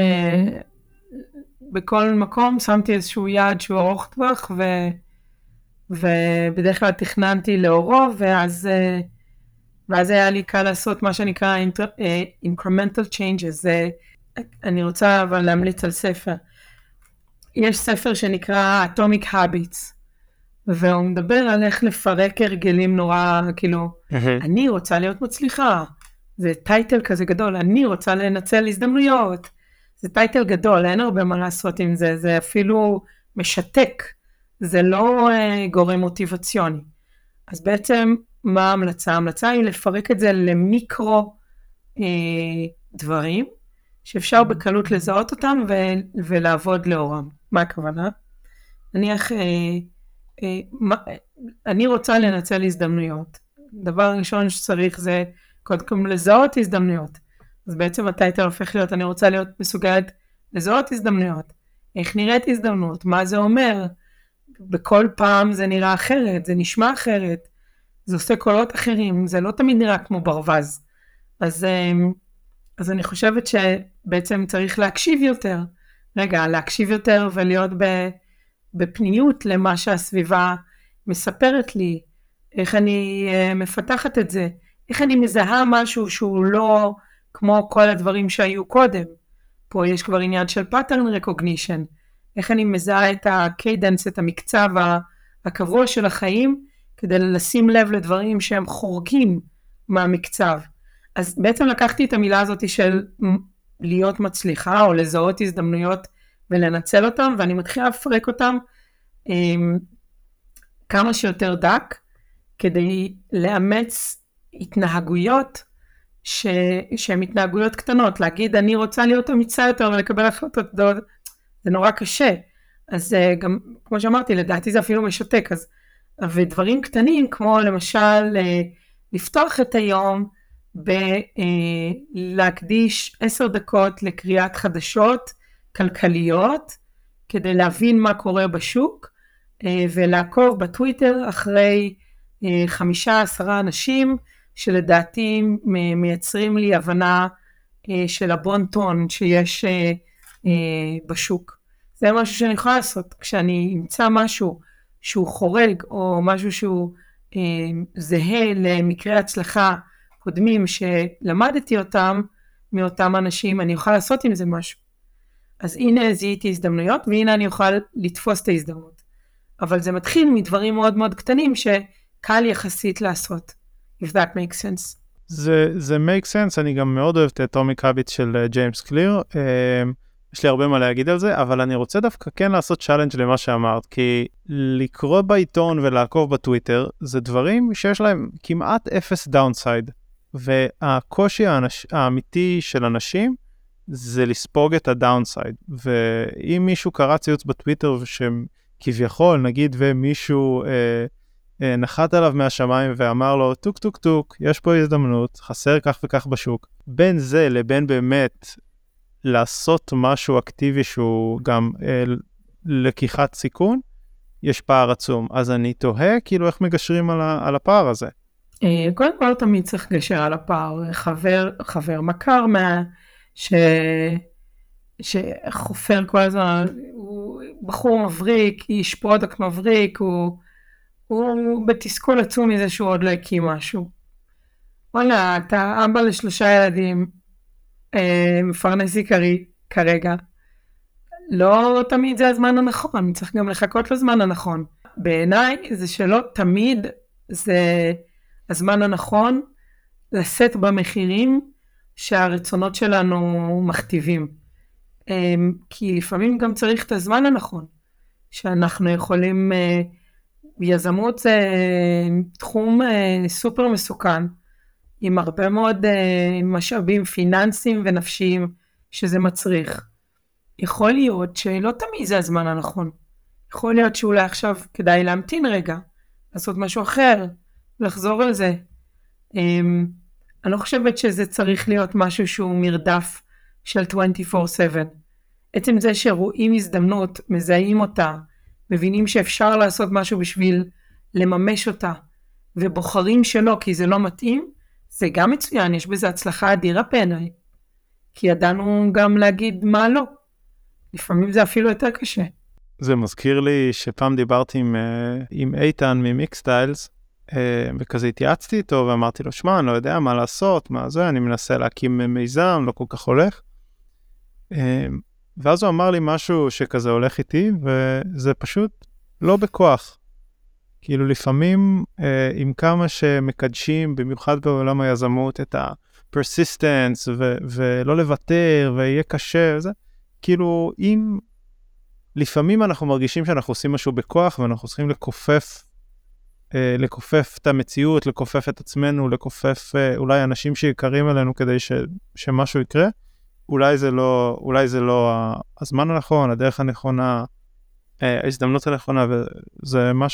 בכל מקום שמתי איזשהו יעד שהוא ארוך טווח, ו... ובדרך כלל תכננתי לאורו, ואז, ואז היה לי קל לעשות מה שנקרא incremental changes. אני רוצה אבל להמליץ על ספר. יש ספר שנקרא Atomic Habits, והוא מדבר על איך לפרק הרגלים נורא, כאילו, אני רוצה להיות מצליחה. זה טייטל כזה גדול, אני רוצה לנצל הזדמנויות. זה טייטל גדול, אין הרבה מה לעשות עם זה, זה אפילו משתק, זה לא uh, גורם מוטיבציוני. אז בעצם, מה ההמלצה? ההמלצה היא לפרק את זה למיקרו uh, דברים, שאפשר בקלות לזהות אותם ו- ולעבוד לאורם. מה הכוונה? נניח, אה, אה, מה, אני רוצה לנצל הזדמנויות. דבר ראשון שצריך זה קודם כל לזהות הזדמנויות. אז בעצם הטייטל הופך להיות, אני רוצה להיות מסוגלת לזהות הזדמנויות. איך נראית הזדמנות? מה זה אומר? בכל פעם זה נראה אחרת, זה נשמע אחרת, זה עושה קולות אחרים, זה לא תמיד נראה כמו ברווז. אז... אה, אז אני חושבת שבעצם צריך להקשיב יותר, רגע, להקשיב יותר ולהיות בפניות למה שהסביבה מספרת לי, איך אני מפתחת את זה, איך אני מזהה משהו שהוא לא כמו כל הדברים שהיו קודם. פה יש כבר עניין של pattern recognition, איך אני מזהה את הקיידנס, את המקצב הקבוע של החיים, כדי לשים לב לדברים שהם חורגים מהמקצב. אז בעצם לקחתי את המילה הזאת של להיות מצליחה, או לזהות הזדמנויות ולנצל אותם, ואני מתחילה לפרק אותם um, כמה שיותר דק, כדי לאמץ התנהגויות, ש... שהן התנהגויות קטנות, להגיד אני רוצה להיות אמיצה יותר ולקבל החלטות, זה נורא קשה, אז גם כמו שאמרתי, לדעתי זה אפילו משתק, אז, ודברים קטנים כמו למשל לפתוח את היום, בלהקדיש עשר דקות לקריאת חדשות כלכליות, כדי להבין מה קורה בשוק, ולעקוב בטוויטר אחרי חמישה עשרה אנשים, שלדעתי מייצרים לי הבנה של הבון-טון שיש בשוק. זה משהו שאני יכולה לעשות, כשאני אמצא משהו שהוא חורג, או משהו שהוא זהה למקרה הצלחה קודמים שלמדתי אותם מאותם אנשים, אני אוכל לעשות עם זה משהו. אז הנה זיהיתי הזדמנויות, והנה אני אוכל לתפוס את ההזדמנות. אבל זה מתחיל מדברים מאוד מאוד קטנים שקל יחסית לעשות. If that makes sense. זה, זה make sense, אני גם מאוד אוהב את Atomic Habits של ג'יימס קליר, יש לי הרבה מה להגיד על זה, אבל אני רוצה דווקא כן לעשות צ'אלנג' למה שאמרת, כי לקרוא בעיתון ולעקוב בטוויטר, זה דברים שיש להם כמעט אפס דאונסייד, והקושי האנש, האמיתי של אנשים, זה לספוג את הדאונסייד, ואם מישהו קרא ציוץ בטוויטר, שכביכול, נגיד, ומישהו אה, אה, נחת עליו מהשמיים ואמר לו, טוק טוק טוק, יש פה הזדמנות, חסר כך וכך בשוק, בין זה לבין באמת, לעשות משהו אקטיבי שהוא גם אה, לקיחת סיכון, יש פער עצום. אז אני תוהה כאילו איך מגשרים על, ה, על הפער הזה. אה, קודם כל תמיד צריך לגשר על הפער. חבר, חבר מכר מה, ש, שחופר כל הזמן, הוא בחור מבריק, איש פרודקט מבריק, הוא, הוא בתסכול עצום מזה שהוא עוד לא הקים משהו. וואלה, אתה אבא לשלושה ילדים, מפרנס עיקרי כרגע, לא תמיד זה הזמן הנכון, צריך גם לחכות לזמן הנכון. בעיניי זה שלא תמיד זה הזמן הנכון לשאת במחירים שהרצונות שלנו מכתיבים. כי לפעמים גם צריך את הזמן הנכון, שאנחנו יכולים, יזמות זה תחום סופר מסוכן, עם הרבה מאוד uh, משאבים פיננסיים ונפשיים שזה מצריך. יכול להיות שלא תמיד זה הזמן הנכון. יכול להיות שאולי עכשיו כדאי להמתין רגע, לעשות משהו אחר, לחזור על זה. Um, אני לא חושבת שזה צריך להיות משהו שהוא מרדף של עשרים וארבע שבע. עצם זה שרואים הזדמנות, מזהים אותה, מבינים שאפשר לעשות משהו בשביל לממש אותה, ובוחרים שלא כי זה לא מתאים, זה גם מצוין, יש בזה הצלחה אדירה בעיניי, כי ידענו גם להגיד מה לא. לפעמים זה אפילו יותר קשה. זה מזכיר לי שפעם דיברתי עם, עם איתן ממיקסטיילס, וכזה התייעצתי איתו ואמרתי לו, שמע, אני לא יודע מה לעשות, מה זה, אני מנסה להקים מיזם, לא כל כך הולך. ואז הוא אמר לי משהו שכזה הולך איתי, וזה פשוט לא בכוח. כאילו לפעמים אה, עם כמה שמקדשים, במיוחד בעולם היזמות, את ה-persistence ו- ולא לוותר ויהיה קשה וזה, כאילו אם לפעמים אנחנו מרגישים שאנחנו עושים משהו בכוח ואנחנו צריכים לקופף, אה, לקופף את המציאות, לקופף את עצמנו, לקופף אה, אולי אנשים שיקרים אלינו כדי ש- שמשהו יקרה, אולי זה לא, אולי זה לא הזמן הנכון, הדרך הנכונה, ההזדמנות הנכונה, וזה מה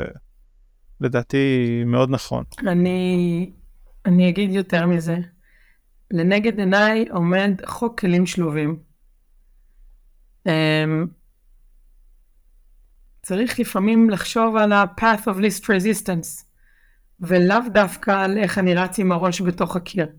שלדעתי מאוד נכון. אני, אני אגיד יותר מזה. לנגד עיניי עומד חוק כלים שלובים. צריך לפעמים לחשוב על ה-path of least resistance, ולאו דווקא על איך אני רץ עם הראש בתוך הקיר.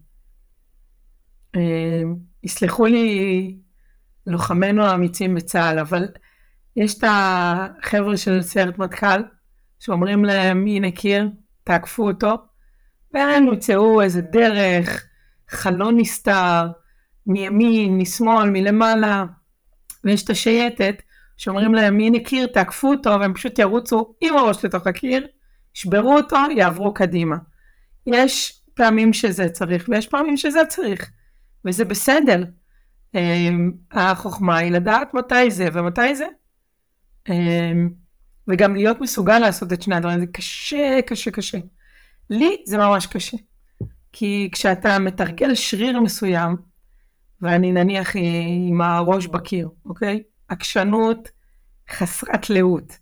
יסלחו לי לוחמנו האמיצים בצה"ל, אבל יש את החבר'ה של סיירת מטכ"ל, שאומרים להם, הנה קיר, תעקפו אותו, והם יוצאו איזה דרך, חלון נסתר, מימין, משמאל, מלמעלה, ויש את השייטת, שאומרים להם, הנה קיר, תעקפו אותו, והם פשוט ירוצו עם הראש לתוך הקיר, שברו אותו, יעברו קדימה. יש פעמים שזה צריך, ויש פעמים שזה צריך, וזה בסדר. החוכמה היא לדעת מתי זה ומתי זה. וגם להיות מסוגל לעשות את שני הדברים, זה קשה, קשה, קשה. לי זה ממש קשה. כי כשאתה מתרגל שריר מסוים, ואני נניח עם הראש בקיר, אוקיי? עקשנות חסרת לאות.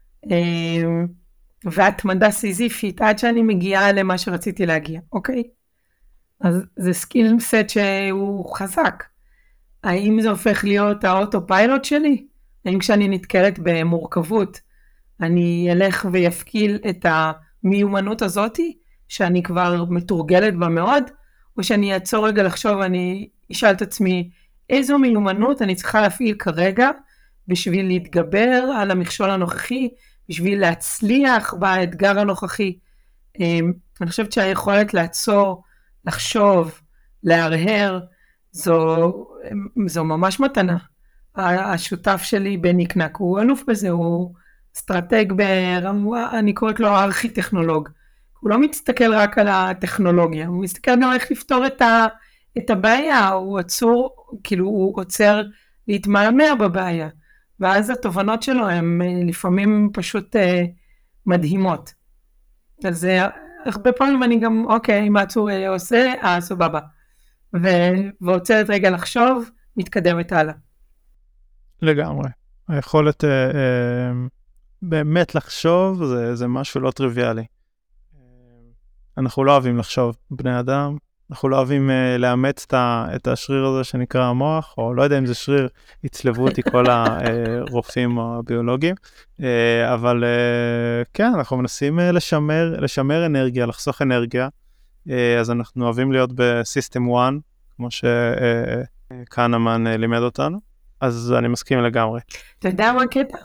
והתמדה סיזיפית, עד שאני מגיעה למה שרציתי להגיע, אוקיי? אז זה סקיל סט שהוא חזק. האם זה הופך להיות האוטו פיילוט שלי? האם כשאני נתקלת במורכבות, אני אלך ויפקיל את המיומנות הזאת, שאני כבר מתורגלת בה מאוד, או שאני אעצור רגע לחשוב, אני אשאל את עצמי, איזו מיומנות אני צריכה להפעיל כרגע, בשביל להתגבר על המכשול הנוכחי, בשביל להצליח באתגר הנוכחי. אני חושבת שהיכולת לעצור, לחשוב, להרהר, זו, זו ממש מתנה. השותף שלי בניקנק, הוא אלוף בזה, הוא אסטרטג ברמה, אני קוראת לו ארכי-טכנולוג. הוא לא מסתכל רק על הטכנולוגיה, הוא מסתכל גם איך לפתור את, ה, את הבעיה, הוא עצור, כאילו הוא עוצר להתמהמה בבעיה. ואז התובנות שלו הן לפעמים פשוט אה, מדהימות. אז אה, הרבה פעמים אני גם, אוקיי, מה הצור עושה? אה, סבבה. ועוצרת רגע לחשוב, מתקדמת הלאה. לגמרי. היכולת אה, אה, באמת לחשוב זה, זה משהו לא טריוויאלי. אנחנו לא אוהבים לחשוב, בני אדם. אנחנו לא אוהבים uh, לאמץ את השריר הזה שנקרא המוח, או לא יודע אם זה שריר, יצלבו אותי כל הרופאים או הביולוגים, uh, אבל uh, כן, אנחנו מנסים uh, לשמר, לשמר אנרגיה, לחסוך אנרגיה, uh, אז אנחנו אוהבים להיות בסיסטם אחת, כמו שקהנמן uh, uh, לימד אותנו, אז אני מסכים לגמרי. אתה יודע מה הקטע?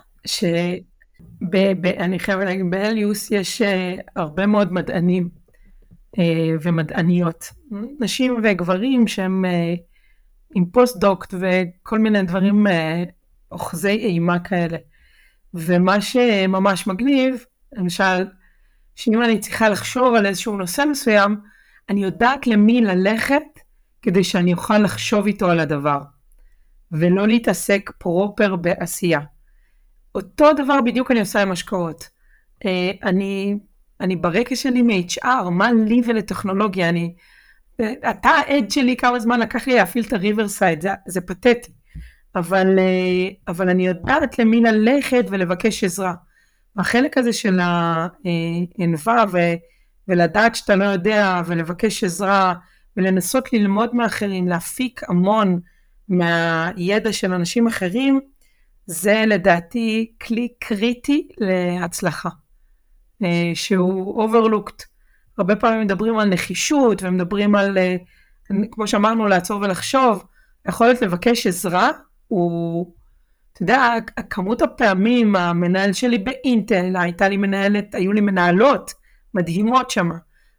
שאני חייב להגיד, באליוס יש uh, הרבה מאוד מדענים, ומדעניות, נשים וגברים שהם עם פוסט-דוקט וכל מיני דברים אוחזי אימה כאלה. ומה שממש מגניב, למשל, שאם אני צריכה לחשוב על איזשהו נושא מסוים, אני יודעת למי ללכת כדי שאני אוכל לחשוב איתו על הדבר, ולא להתעסק פרופר בעשייה. אותו דבר בדיוק אני עושה עם השקעות. אני... אני ברקע שלי מ-אייץ' אר, מה לי ולטכנולוגיה, אני, אתה העד שלי כמה זמן לקח לי להפעיל את הריברסייד, זה, זה פתטי, אבל, אבל אני יודעת למי ללכת ולבקש עזרה. החלק הזה של הענווה ו, ולדעת שאתה לא יודע ולבקש עזרה ולנסות ללמוד מאחרים, להפיק המון מהידע של אנשים אחרים, זה לדעתי כלי קריטי להצלחה. שהוא overlooked. הרבה פעמים מדברים על נחישות, ומדברים על, כמו שאמרנו, לעצור ולחשוב. יכולת לבקש עזרה, הוא, אתה יודע, כמות הפעמים, המנהל שלי באינטל, הייתה לי מנהלת, היו לי מנהלות מדהימות שם.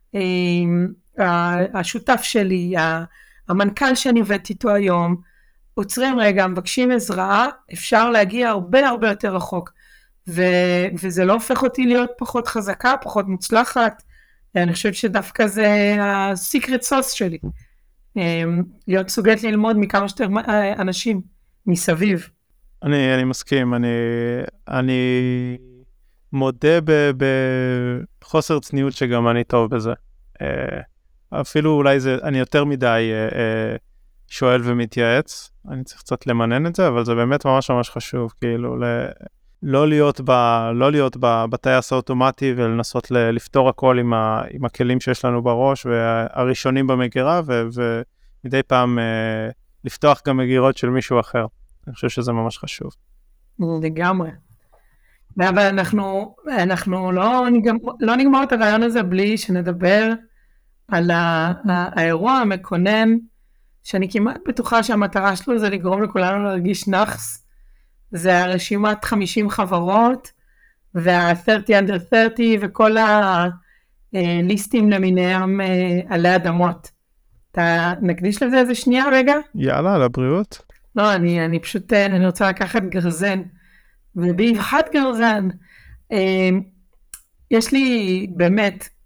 השותף שלי, המנכ"ל שאני עובדת איתו היום, עוצרים רגע, מבקשים עזרה, אפשר להגיע הרבה הרבה יותר רחוק. ו- וזה לא הופך אותי להיות פחות חזקה, פחות מוצלחת. אני חושבת שדווקא זה הסיקרט סוס שלי. להיות מסוגלת ללמוד מכמה שיותר אנשים מסביב. אני, אני מסכים, אני, אני מודה בחוסר צניעות שגם אני טוב בזה. אפילו אולי זה, אני יותר מדי שואל ומתייעץ, אני צריך קצת למנן את זה, אבל זה באמת ממש ממש חשוב, כאילו, ל... לא להיות ב, לא להיות בטייס האוטומטי ולנסות ל, לפתור הכל עם, ה, עם הכלים שיש לנו בראש והראשונים במגירה ו, ומדי פעם אה, לפתוח גם מגירות של מישהו אחר. אני חושב שזה ממש חשוב. לגמרי. אבל אנחנו, אנחנו לא, לא נגמור את הרעיון הזה בלי שנדבר על ה, האירוע המקונן, שאני כמעט בטוחה שהמטרה שלו זה לגרום לכולנו להרגיש נחס, זה הרשימת חמישים חברות, וה-שלושים under שלושים, וכל הליסטים למיניהם עלי אדמות. אתה נקדיש לזה איזה שנייה רגע? יאללה, לבריאות. לא, אני, אני פשוט, אני רוצה לקחת גרזן, ובאבחת גרזן, יש לי באמת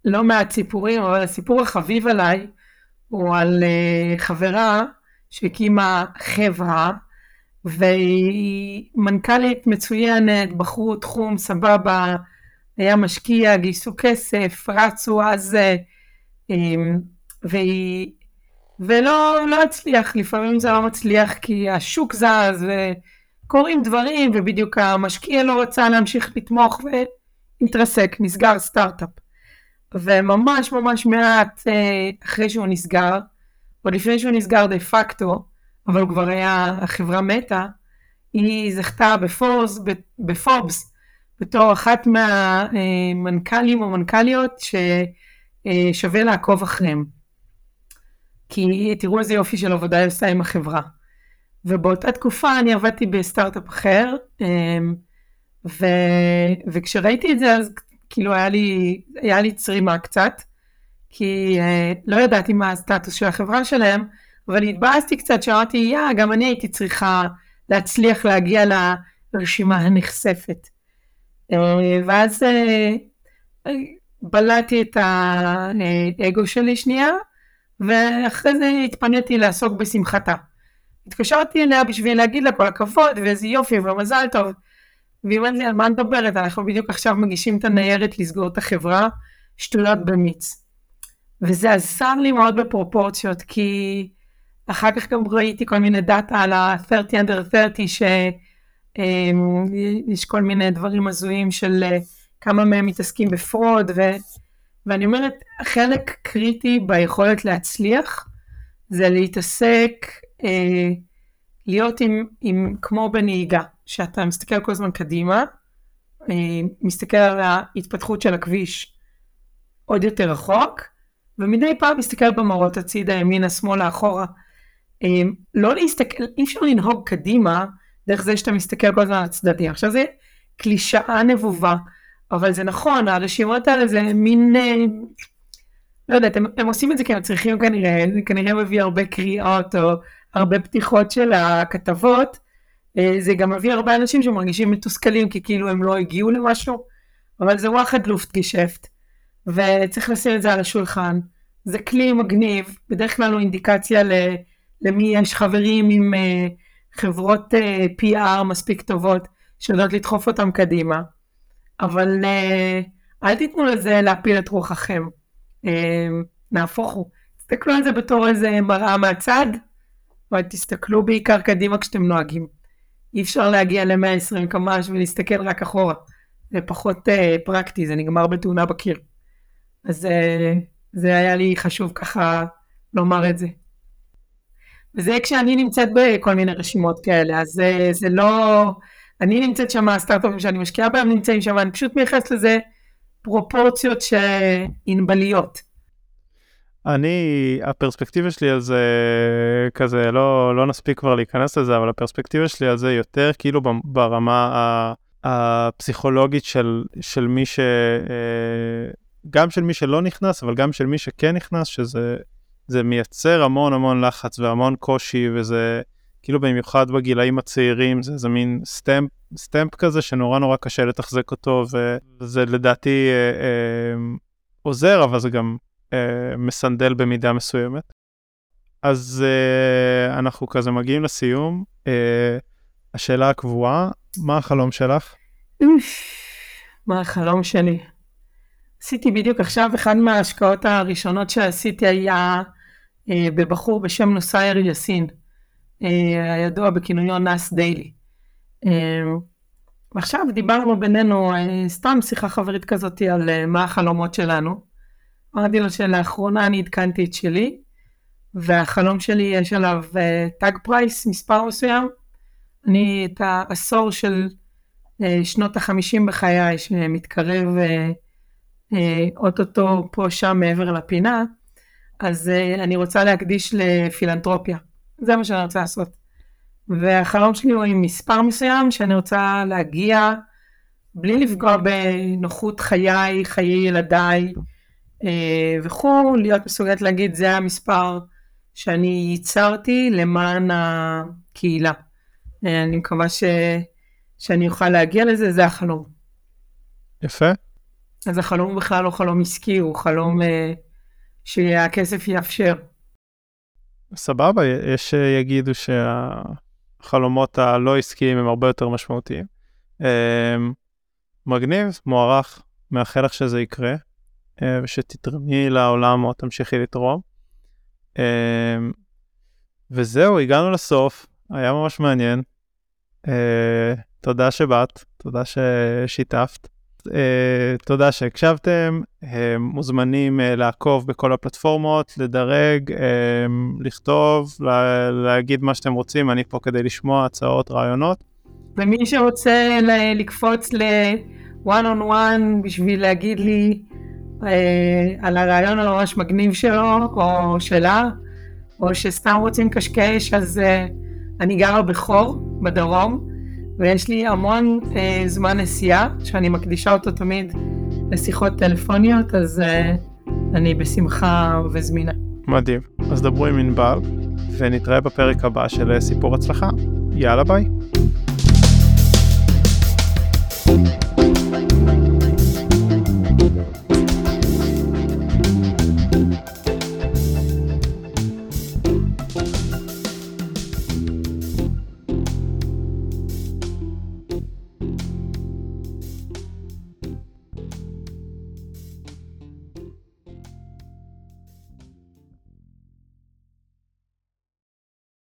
לא מעט סיפורים, אבל הסיפור החביב עליי הוא על uh, חברה שהקימה חברה, והיא מנכ"לית מצוינת, בחרו תחום סבבה, היה משקיע, גייסו כסף, רצו אז, uh, והיא, ולא לא הצליח, לפעמים זה לא מצליח כי השוק זז וקורים דברים, ובדיוק המשקיע לא רצה להמשיך לתמוך והתרסק, נסגר סטארט-אפ. וממש ממש מעט אחרי שהוא נסגר, עוד לפני שהוא נסגר דה פקטו, אבל הוא כבר היה, החברה מתה, היא זכתה בפורס, בפורבס, בתור אחת מהמנכ"לים או מנכ"ליות ששווה לעקוב אחריהם. כי תראו איזה יופי של עבודה היא עושה עם החברה. ובאותה תקופה אני עבדתי בסטארט-אפ אחר, ו... וכשראיתי את זה אז כאילו היה לי, היה לי צרימה קצת, כי לא ידעתי מה הסטטוס של החברה שלהם, אבל התבאסתי קצת שאמרתי, יא, גם אני הייתי צריכה להצליח להגיע לרשימה הנחשפת. ואז בלעתי את האגו שלי שנייה, ואחרי זה התפניתי לעסוק בשמחתה. התקשרתי אליה בשביל להגיד לה כל הכבוד, ואיזה יופי ומזל טוב. והיא אומרת לי, על מה נדברת? אנחנו בדיוק עכשיו מגישים את הניירת לסגור את החברה, שתולות במיץ. וזה עזר לי מאוד בפרופורציות, כי אחר כך גם ראיתי כל מיני דאטה על ה-שלושים under שלושים, שיש כל מיני דברים הזויים של כמה מהם מתעסקים בפרוד, ו... ואני אומרת, חלק קריטי ביכולת להצליח, זה להתעסק, אה, להיות עם, עם, כמו בנהיגה, שאתה מסתכל כל הזמן קדימה, אה, מסתכל על ההתפתחות של הכביש עוד יותר רחוק, ומדי פעם מסתכל במראות הצידה, ימינה, שמאלה, אחורה. אה, לא להסתכל, אי אפשר לנהוג קדימה, דרך זה שאתה מסתכל כל הזמן על הצדדים. עכשיו זה קלישאה נבובה, אבל זה נכון, הרשימות האלה זה מין, לא יודעת, הם, הם עושים את זה כי הם צריכים כנראה, זה כנראה מביא הרבה קריאות או הרבה פתיחות של הכתבות, זה גם מביא הרבה אנשים שמרגישים מתוסכלים כי כאילו הם לא הגיעו למשהו, אבל זה וואחד לופט גשפט, וצריך לשים את זה על השולחן, זה כלי מגניב, בדרך כלל הוא אינדיקציה למי יש חברים עם חברות פי אר מספיק טובות, שיודעות לדחוף אותם קדימה, אבל uh, אל תיתנו לזה להפיל את רוחכם, uh, נהפוך הוא, תסתכלו על זה בתור איזה מראה מהצד, אבל תסתכלו בעיקר קדימה כשאתם נוהגים, אי אפשר להגיע ל-מאה ועשרים קמ"ש ולהסתכל רק אחורה, זה פחות uh, פרקטי, זה נגמר בתאונה בקיר, אז uh, זה היה לי חשוב ככה לומר את זה. וזה כשאני נמצאת בכל מיני רשימות כאלה, אז uh, זה לא... אני נמצאת שם, הסטארט-אפים שאני משקיעה בהם נמצאים שם, אני פשוט מייחס לזה פרופורציות שאינבליות. אני, הפרספקטיבה שלי על זה כזה, לא, לא נספיק כבר להיכנס לזה, אבל הפרספקטיבה שלי על זה יותר כאילו ברמה הפסיכולוגית של, של מי ש... גם של מי שלא נכנס, אבל גם של מי שכן נכנס, שזה זה מייצר המון המון לחץ והמון קושי, וזה... כאילו במיוחד בגילאים הצעירים, זה, זה מין סטמפ, סטמפ כזה שנורא נורא קשה לתחזק אותו, וזה לדעתי אה, אה, עוזר, אבל זה גם אה, מסנדל במידה מסוימת. אז אה, אנחנו כזה מגיעים לסיום. אה, השאלה הקבועה, מה החלום שלך? מה החלום שלי? עשיתי בדיוק עכשיו, אחד מההשקעות הראשונות שעשיתי היה אה, בבחור בשם נוסייר יאסין. הידוע בכינויו נאס דיילי. ועכשיו דיברנו בינינו, סתם שיחה חברית כזאת על מה החלומות שלנו. אמרתי לו שלאחרונה אני עדכנתי את שלי, והחלום שלי יש עליו טאג פרייס, מספר מסוים. אני את העשור של שנות החמישים בחיי, שמתקרב אוטוטו פה שם מעבר לפינה, אז אני רוצה להקדיש לפילנטרופיה. זה מה שאני רוצה לעשות. והחלום שלי הוא עם מספר מסוים שאני רוצה להגיע בלי לפגוע בנוחות חיי, חיי ילדיי וכו', להיות מסוגלת להגיד זה המספר שאני ייצרתי למען הקהילה. אני מקווה ש... שאני אוכל להגיע לזה, זה החלום. יפה. אז החלום הוא בכלל לא חלום עסקי, הוא חלום אה, שהכסף יאפשר. סבבה, יש שיגידו שהחלומות הלא עסקיים הם הרבה יותר משמעותיים. מגניב, מוערך, מאחל לך שזה יקרה, ושתתרמי לעולם או תמשיכי לתרום. וזהו, הגענו לסוף, היה ממש מעניין. תודה שבאת, תודה ששיתפת. תודה שהקשבתם, מוזמנים לעקוב בכל הפלטפורמות, לדרג, לכתוב, להגיד מה שאתם רוצים, אני פה כדי לשמוע הצעות, רעיונות. ומי שרוצה לקפוץ ל-one on one בשביל להגיד לי על הרעיון הממש מגניב שלו או שלה, או שסתם רוצים קשקש, אז אני גרה בחור, בדרום, ויש לי המון אה, זמן נסיעה, שאני מקדישה אותו תמיד לשיחות טלפוניות, אז אה, אני בשמחה וזמינה. מדהים. אז דברו עם ענבל, ונתראה בפרק הבא של סיפור הצלחה. יאללה ביי.